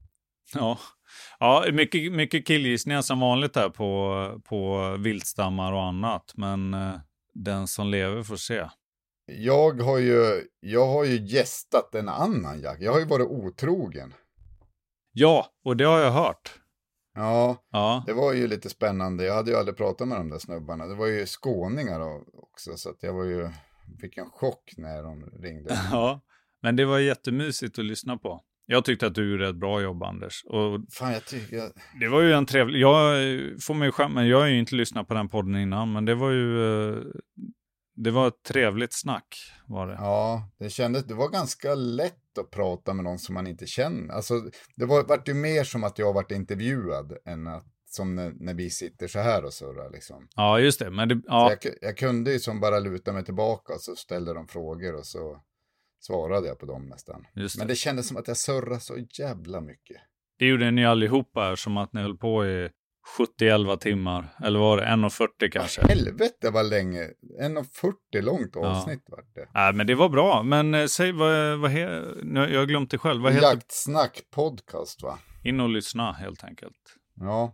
Ja, mycket killgissningar som vanligt här på viltstammar och annat. Men den som lever får se. Jag har ju gästat en annan jakt. Jag har ju varit otrogen. Ja, och det har jag hört. Ja, det var ju lite spännande. Jag hade ju aldrig pratat med de där snubbarna. Det var ju skåningar också. Så att jag fick en chock när de ringde. Ja, men det var jättemysigt att lyssna på. Jag tyckte att du gjorde ett bra jobb, Anders. Och fan, jag tycker... Det var ju en trevlig... Jag får mig skämma, jag har ju inte lyssnat på den podden innan. Men det var ju... Det var ett trevligt snack, var det. Ja, det var ganska lätt att prata med någon som man inte känner. Alltså, det vart ju mer som att jag varit intervjuad än att som när vi sitter så här och surrar liksom. Ja, just det. Men ja. Jag kunde ju som bara luta mig tillbaka och så ställde de frågor och så svarade jag på dem nästan. Men det kändes som att jag surrade så jävla mycket. Det gjorde ni allihopa, som att ni höll på i 70-11 timmar. Eller var det 1:40 kanske? Helvete vad länge. 1:40 långt avsnitt var det. Nej, men det var bra. Men säg, jag har glömt det själv. Vad heter Jaktsnack podcast, va? In och lyssna helt enkelt. Ja,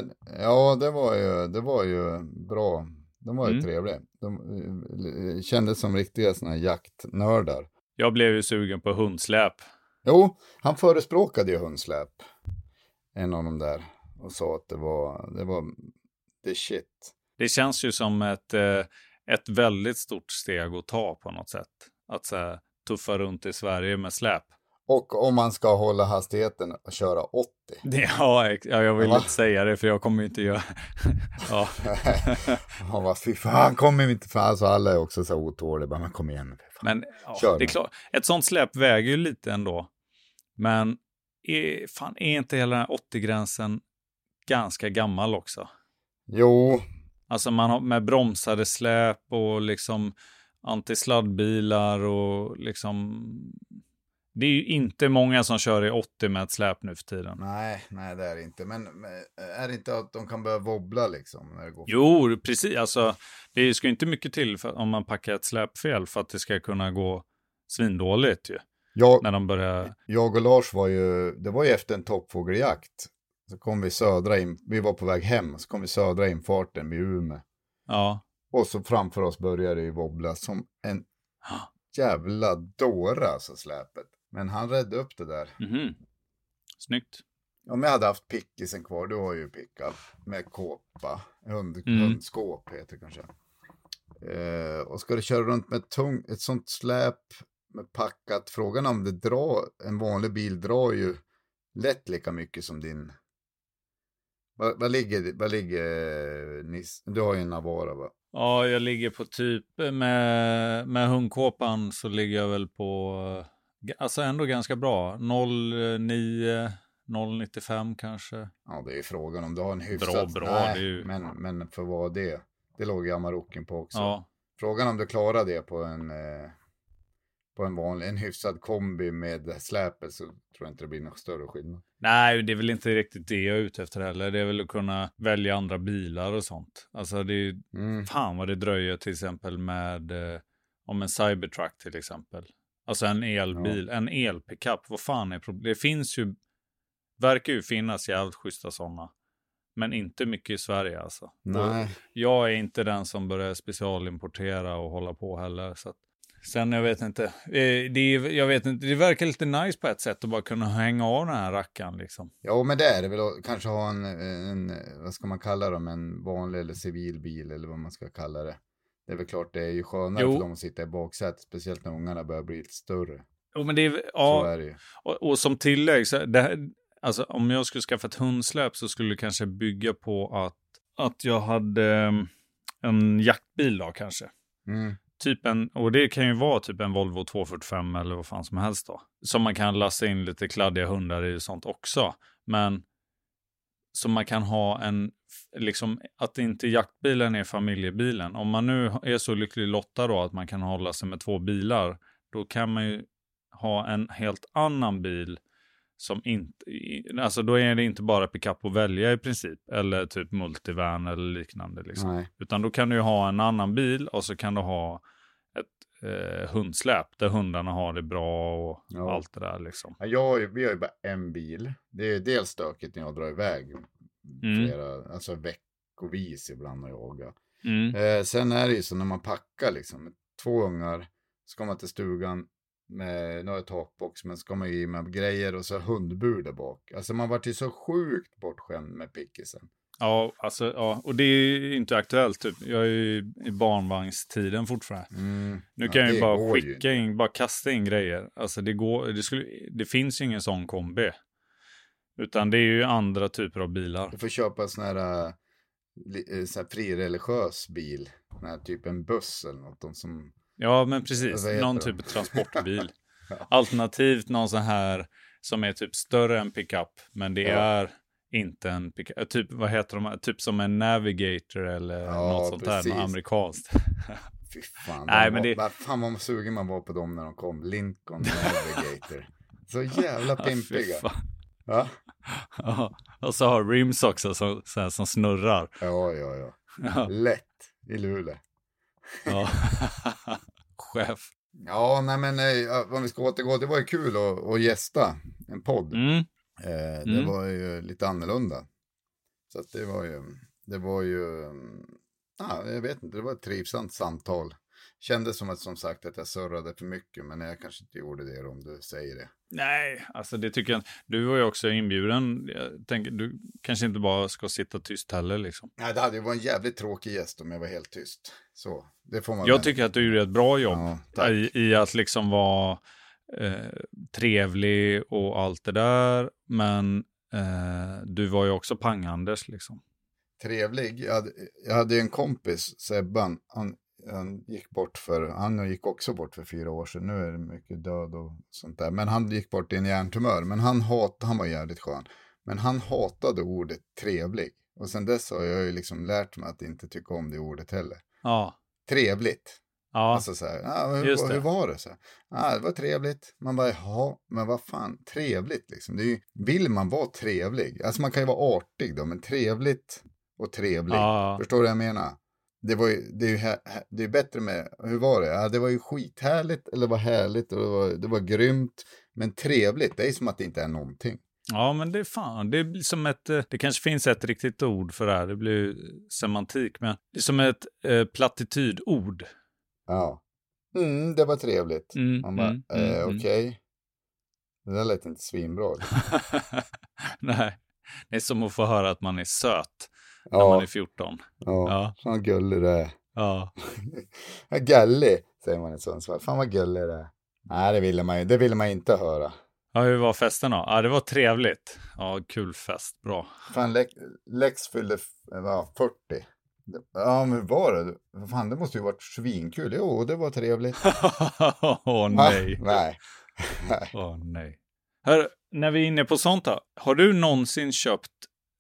det var ju bra. De var ju trevliga. De kändes som riktiga såna här jaktnördar. Jag blev ju sugen på hundsläp. Jo, han förespråkade ju hundsläp. En av dem där. Och sa att det var the shit. Det känns ju som ett väldigt stort steg att ta på något sätt. Att så här, tuffa runt i Sverige med släp. Och om man ska hålla hastigheten och köra 80. Ja, jag vill inte säga det för jag kommer inte göra. Ja. Ja, vad fy fan, kommer inte fan. Alltså alla är också så otåliga. Men kom igen. Men ja, det är klart. Ett sånt släp väger ju lite ändå. Men är inte hela den här 80-gränsen ganska gammal också? Jo. Alltså man har med bromsade släp och liksom antisladdbilar och liksom... Det är ju inte många som kör i 80 med ett släp nu för tiden. Nej, det är det inte. Men är det inte att de kan börja wobbla liksom? När det går jo, precis. Alltså, det ska ju inte mycket till om man packar ett släpfel för att det ska kunna gå svindåligt ju. När de börjar... Jag och Lars det var ju efter en toppfågeljakt. Så kom vi var på väg hem, så kom vi södra infarten vid Umeå. Ja. Och så framför oss började det wobbla som en jävla dåra, alltså släpet. Men han räddade upp det där. Mm-hmm. Snyggt. Om jag hade haft pickisen kvar, du har ju pickup med kåpa. Hundskåp heter det kanske. Och ska du köra runt med ett sånt släp med packat. Frågan om en vanlig bil drar ju lätt lika mycket som din. Vad ligger Nis? Du har ju en Navara, va? Ja, jag ligger på typ med hundkåpan så ligger jag väl på alltså ändå ganska bra. 0,9 0,95 kanske. Ja, det är frågan om du har en hyfsat. Bra. Nej, det är ju... men för vad det? Det låg jag Amarockin på också. Ja. Frågan om du klarar det på en vanlig, en hyfsad kombi med släpet, så tror jag inte det blir någon större skillnad. Nej, det är väl inte riktigt det jag är ute efter heller. Det är väl att kunna välja andra bilar och sånt. Alltså det är fan vad det dröjer till exempel med om en Cybertruck till exempel. Alltså en elbil, en elpickup. Vad fan är problemet? Det finns ju, verkar ju finnas jävligt schyssta sådana. Men inte mycket i Sverige alltså. Nej. Jag är inte den som börjar specialimportera och hålla på heller, så att sen jag vet inte. Det verkar lite nice på ett sätt att bara kunna hänga av den här rackan liksom. Ja, men det är det väl att kanske ha en vad ska man kalla dem, en vanlig eller civil bil eller vad man ska kalla det. Det är väl klart det är ju skönare för dem att sitta i baksätet, speciellt när ungarna börjar bli lite större. Jo, men det är, så är det ju. Och som tillägg så det här, alltså om jag skulle skaffa ett hundsläp så skulle det kanske bygga på att jag hade en jaktbil då kanske. Typ och det kan ju vara typ en Volvo 245 eller vad fan som helst då. Som man kan lasta in lite kladdiga hundar i och sånt också. Men som man kan ha liksom att inte jaktbilen är familjebilen. Om man nu är så lycklig lotta då att man kan hålla sig med 2 bilar. Då kan man ju ha en helt annan bil som inte, alltså då är det inte bara pickup att välja i princip. Eller typ multivan eller liknande liksom. Nej. Utan då kan du ha en annan bil och så kan du ha ett hundsläp där hundarna har det bra och allt det där liksom. Ja, vi har ju bara en bil. Det är dels stökigt när jag drar iväg flera, alltså veckovis ibland och jagar. Sen är det ju så när man packar liksom med 2 ungar, ska man till stugan med några takbox, men ska man ju med grejer och så hundbur där bak. Alltså man vart ju så sjukt bortskämd med pickisen. Ja, alltså, och det är inte aktuellt typ. Jag är ju i barnvagnstiden fortfarande. Nu kan jag ju bara skicka in, bara kasta in grejer. Alltså det finns ju ingen sån kombi. Utan det är ju andra typer av bilar. Du får köpa en sån här frireligiös bil. Typ en buss eller något som... Ja, men precis. Någon typ av transportbil. Alternativt någon sån här som är typ större än pickup. Men det är inte en typ, vad heter de? Typ som en Navigator eller något sånt precis. där, något amerikanskt. Fy fan. Nej, men det... Fan vad sugen man var på dem när de kom. Lincoln Navigator. Så jävla pimpiga. Ja. Ja. Och så har rims också som snurrar. Ja. Lätt i Luleå. Ja. Chef. Ja, nej men om vi ska återgå, det var ju kul att gästa en podd. Det var ju lite annorlunda. Så att det var ju jag vet inte, det var ett trivsamt samtal. Kändes som sagt att jag surrade för mycket, men jag kanske inte gjorde det om du säger det. Nej, alltså det tycker jag. Du var ju också inbjuden. Jag tänker, du kanske inte bara ska sitta tyst heller liksom. Nej, det hade ju varit en jävligt tråkig gäst om jag var helt tyst. Så, det får man jag tycker att du gjorde ett bra jobb i att liksom vara trevlig och allt det där. Men du var ju också pang-Anders liksom. Trevlig? Jag hade en kompis, Sebban. Han gick också bort för 4 år sedan. Nu är det mycket död och sånt där. Men han gick bort i en hjärntumör. Men han var jävligt skön. Men han hatade ordet trevlig. Och sen dess har jag ju liksom lärt mig att inte tycka om det ordet heller. Ja. Trevligt. Ja. Alltså så här, hur var det så här? Det var trevligt. Man bara, ja, men vad fan, trevligt liksom. Det är ju, vill man vara trevlig? Alltså man kan ju vara artig då, men trevligt och trevlig. Ja. Förstår du vad jag menar? Det är ju bättre med, hur var det? Ja, det var ju skithärligt, eller var härligt, och det var grymt. Men trevligt, det är som att det inte är någonting. Ja, men det är fan, det är som det kanske finns ett riktigt ord för det här. Det blir semantik, men det är som ett plattitydord. Ja. Det var trevligt. Man bara, okej. Det där lät inte svinbra. Nej, det är som att få höra att man är söt när man är 14. Ja. Fan gullig det är. Ja. Gullig, säger man i Sundsvall. Fan vad gullig det är. Nej, det ville man inte höra. Ja, hur var festen då? Ja, det var trevligt. Ja, kul fest, bra. Fan, Lex fyllde 40. Ja, men var det? Fan, det måste ju varit svinkul. Jo, det var trevligt. Nej. Nej. Nej. Hör, när vi är inne på sånt då. Har du någonsin köpt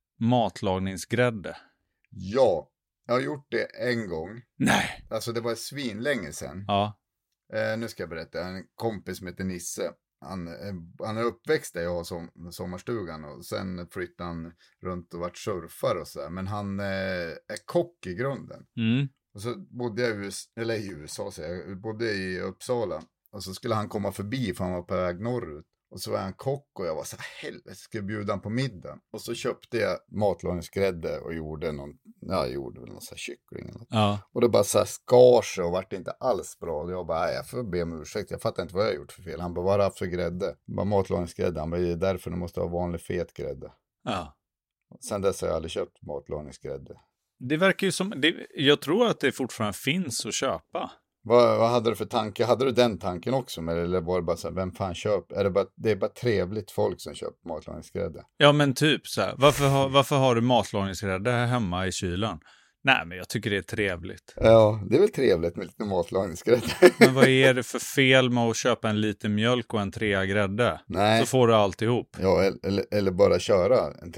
matlagningsgrädde? Ja, jag har gjort det en gång. Nej. Alltså det var svinlänge sedan. Ja. Nu ska jag berätta. En kompis som heter Nisse. Han är uppväxt där jag har sommarstugan, och sen flyttade han runt och vart surfar och så där. Men han är kock i grunden. Och så bodde jag i USA, så jag bodde i Uppsala, och så skulle han komma förbi för han var på väg norrut. Och så var han kock, och jag var så här, helvete, ska jag bjuda han på middag? Och så köpte jag matlagningsgrädde och gjorde väl någon så här kyckling. Ja. Och det bara så här skar sig och vart inte alls bra. Och jag bara, jag får be om ursäkt, jag fattar inte vad jag har gjort för fel. Han bara, vad har du haft för grädde? Bara matlagningsgrädde. Han bara, det är därför du måste ha vanlig fet grädde. Ja. Sen dess har jag aldrig köpt matlagningsgrädde. Det verkar ju som, jag tror att det fortfarande finns att köpa. Vad hade du för tanke? Hade du den tanken också? Eller var det bara så här, vem fan köper? Det är bara trevligt folk som köper matlagningsgrädde. Ja, men typ så här. Varför har du matlagningsgrädde här hemma i kylen? Nej, men jag tycker det är trevligt. Ja, det är väl trevligt med lite matlagningsgrädde. Men vad är det för fel med att köpa en liten mjölk och en 3 grädde? Nej. Så får du alltihop. Ja, eller bara köra en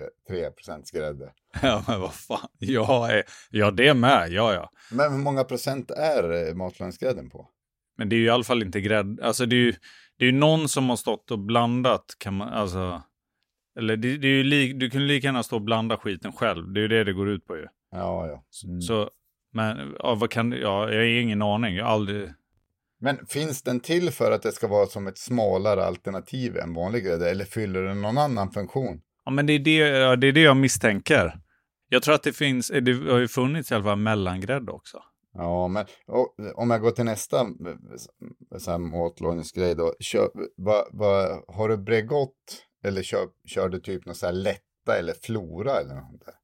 3% grädde. Ja, men vad fan. Ja, det med. Ja. Men hur många procent är matlagningsgrädden på? Men det är ju i alla fall inte grädde. Alltså det är ju någon som har stått och blandat. Kan man, alltså, eller det är ju du kan lika gärna stå och blanda skiten själv. Det är ju det går ut på ju. Ja. Så, men jag har ingen aning. Jag har aldrig... Men finns den till för att det ska vara som ett smalare alternativ än vanlig grädde? Eller fyller den någon annan funktion? Ja, men det är det jag misstänker. Jag tror att det har ju funnits i alla fall mellangrädde också. Ja, men om jag går till nästa så här matlagningsgrej då. Har du Bregott eller kör du typ något så här lätta eller Flora eller något där?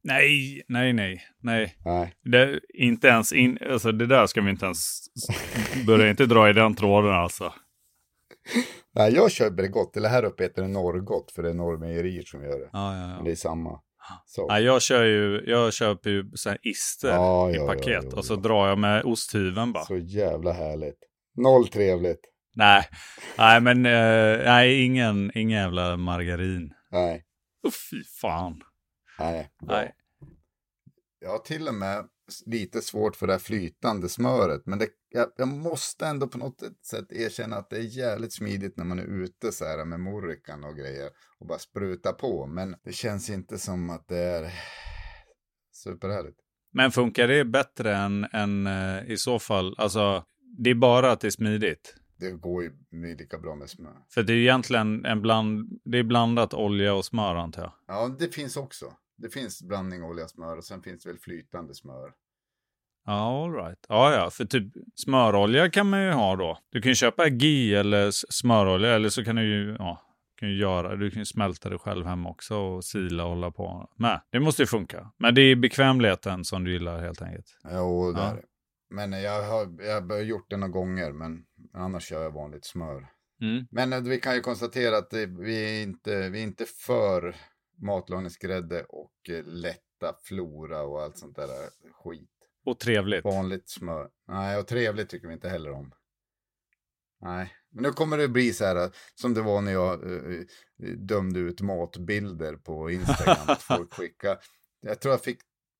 Nej. Inte ens alltså det där ska vi inte ens börja inte dra i den tråden alltså. Nej, jag kör Bregott, eller här uppe heter det Norrgott för det är Norrmejerier som gör det. Ja. Men det är samma. Så. Nej, jag köper ju så här ister i paket och så drar jag med osthyveln bara. Så jävla härligt. Noll trevligt. Nej, men ingen jävla margarin. Nej. Fy fan. Nej. Nej. Jag har till och med lite svårt för det här flytande smöret. Men jag måste ändå på något sätt erkänna att det är jävligt smidigt när man är ute så här med morrikan och grejer. Och bara spruta på. Men det känns inte som att det är superhärligt. Men funkar det bättre än i så fall? Alltså, det är bara att det är smidigt. Det går ju lika bra med smör. För det är egentligen det är blandat olja och smör, antar jag. Ja, det finns också. Det finns blandning olja och smör och sen finns det väl flytande smör. Ja, all right. Ja, för typ smörolja kan man ju ha då. Du kan ju köpa ghee eller smörolja, eller så kan du ju, du kan ju smälta det själv hemma också och sila och hålla på. Men det måste ju funka. Men det är bekvämligheten som du gillar helt enkelt. Jo, det är det. Men jag har gjort det några gånger, men annars kör jag vanligt smör. Mm. Men vi kan ju konstatera att vi är inte för matlagningsgrädde och lätta flora och allt sånt där skit. Och trevligt. Vanligt smör. Nej, och trevligt tycker vi inte heller om. Nej, men nu kommer det bli så här som det var när jag dömde ut matbilder på Instagram att folk skickade. Jag tror jag fick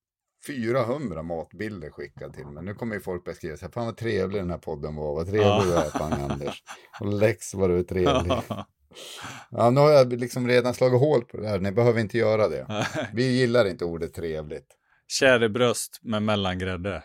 400 matbilder skickade till mig. Nu kommer ju folk beskriva sig. Fan vad trevlig den här podden var. Vad trevlig du är, fan Anders. Och Lex var du trevlig. Ja, nu har jag liksom redan slagit hål på det här. Ni behöver inte göra det. Vi gillar inte ordet trevligt. Kärrebröst med mellangrädde.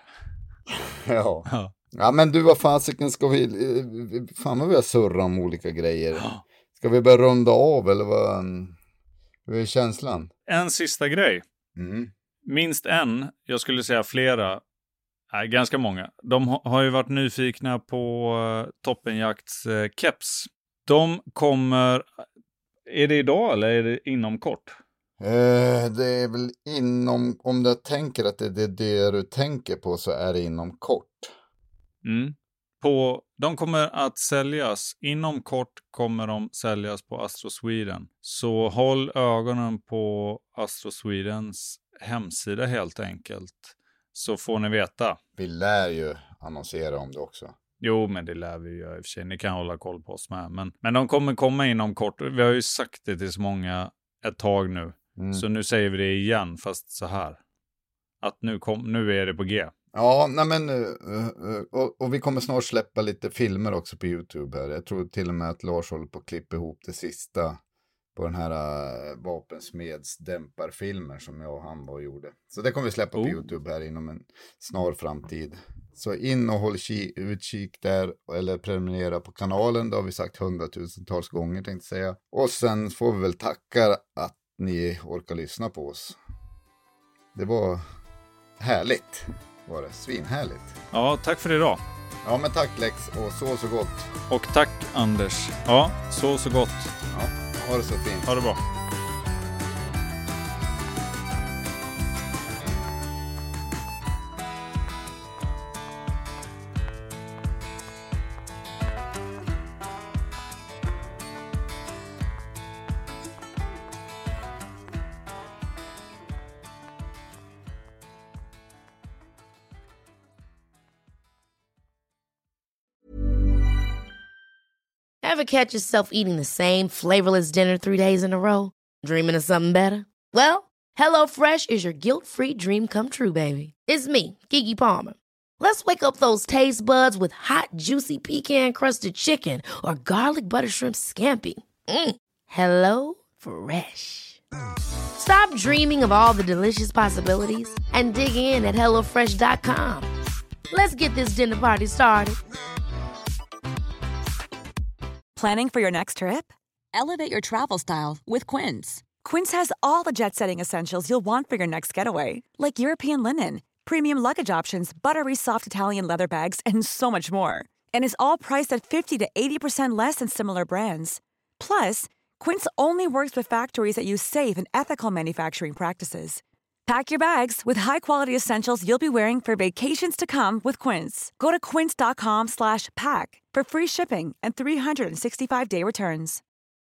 Ja. Ja, men du, vad fasiken ska vi... Fan vad vi har surrat om olika grejer. Ska vi börja runda av eller vad är känslan? En sista grej. Mm. Minst en, jag skulle säga flera, ganska många. De har ju varit nyfikna på Toppenjakts keps. De kommer, är det idag eller är det inom kort? Det är väl inom, om du tänker att det är det du tänker på så är det inom kort. Mm. De kommer att säljas, inom kort kommer de säljas på Astro Sweden. Så håll ögonen på Astro Swedens hemsida helt enkelt. Så får ni veta. Vi lär ju annonsera om det också. Jo, men det lär vi ju i och för sig. Ni kan hålla koll på oss med. Men de kommer komma inom kort. Vi har ju sagt det till så många ett tag nu. Mm. Så nu säger vi det igen, fast så här. Att nu är det på G. Ja, nej men och vi kommer snart släppa lite filmer också på YouTube här. Jag tror till och med att Lars håller på att klippa ihop det sista på den här vapensmedsdämparfilmer som jag och han var och gjorde. Så det kommer vi släppa på YouTube här inom en snar framtid. Så in och håll utkik där eller prenumerera på kanalen. Det har vi sagt 100,000-tals gånger tänkte jag säga. Och sen får vi väl tacka att ni orkar lyssna på oss. Det var härligt. Var det svinhärligt. Ja, tack för idag. Ja, men tack Lex och så gott. Och tack Anders. Ja, så gott. Ja, ha det så fint. Ha det bra. Ever catch yourself eating the same flavorless dinner 3 days in a row? Dreaming of something better? Well, HelloFresh is your guilt-free dream come true, baby. It's me, Keke Palmer. Let's wake up those taste buds with hot, juicy pecan-crusted chicken or garlic butter shrimp scampi. Hello Fresh. Stop dreaming of all the delicious possibilities and dig in at HelloFresh.com. Let's get this dinner party started. Planning for your next trip? Elevate your travel style with Quince. Quince has all the jet-setting essentials you'll want for your next getaway, like European linen, premium luggage options, buttery soft Italian leather bags, and so much more. And is all priced at 50 to 80% less than similar brands. Plus, Quince only works with factories that use safe and ethical manufacturing practices. Pack your bags with high-quality essentials you'll be wearing for vacations to come with Quince. Go to quince.com/pack for free shipping and 365-day returns.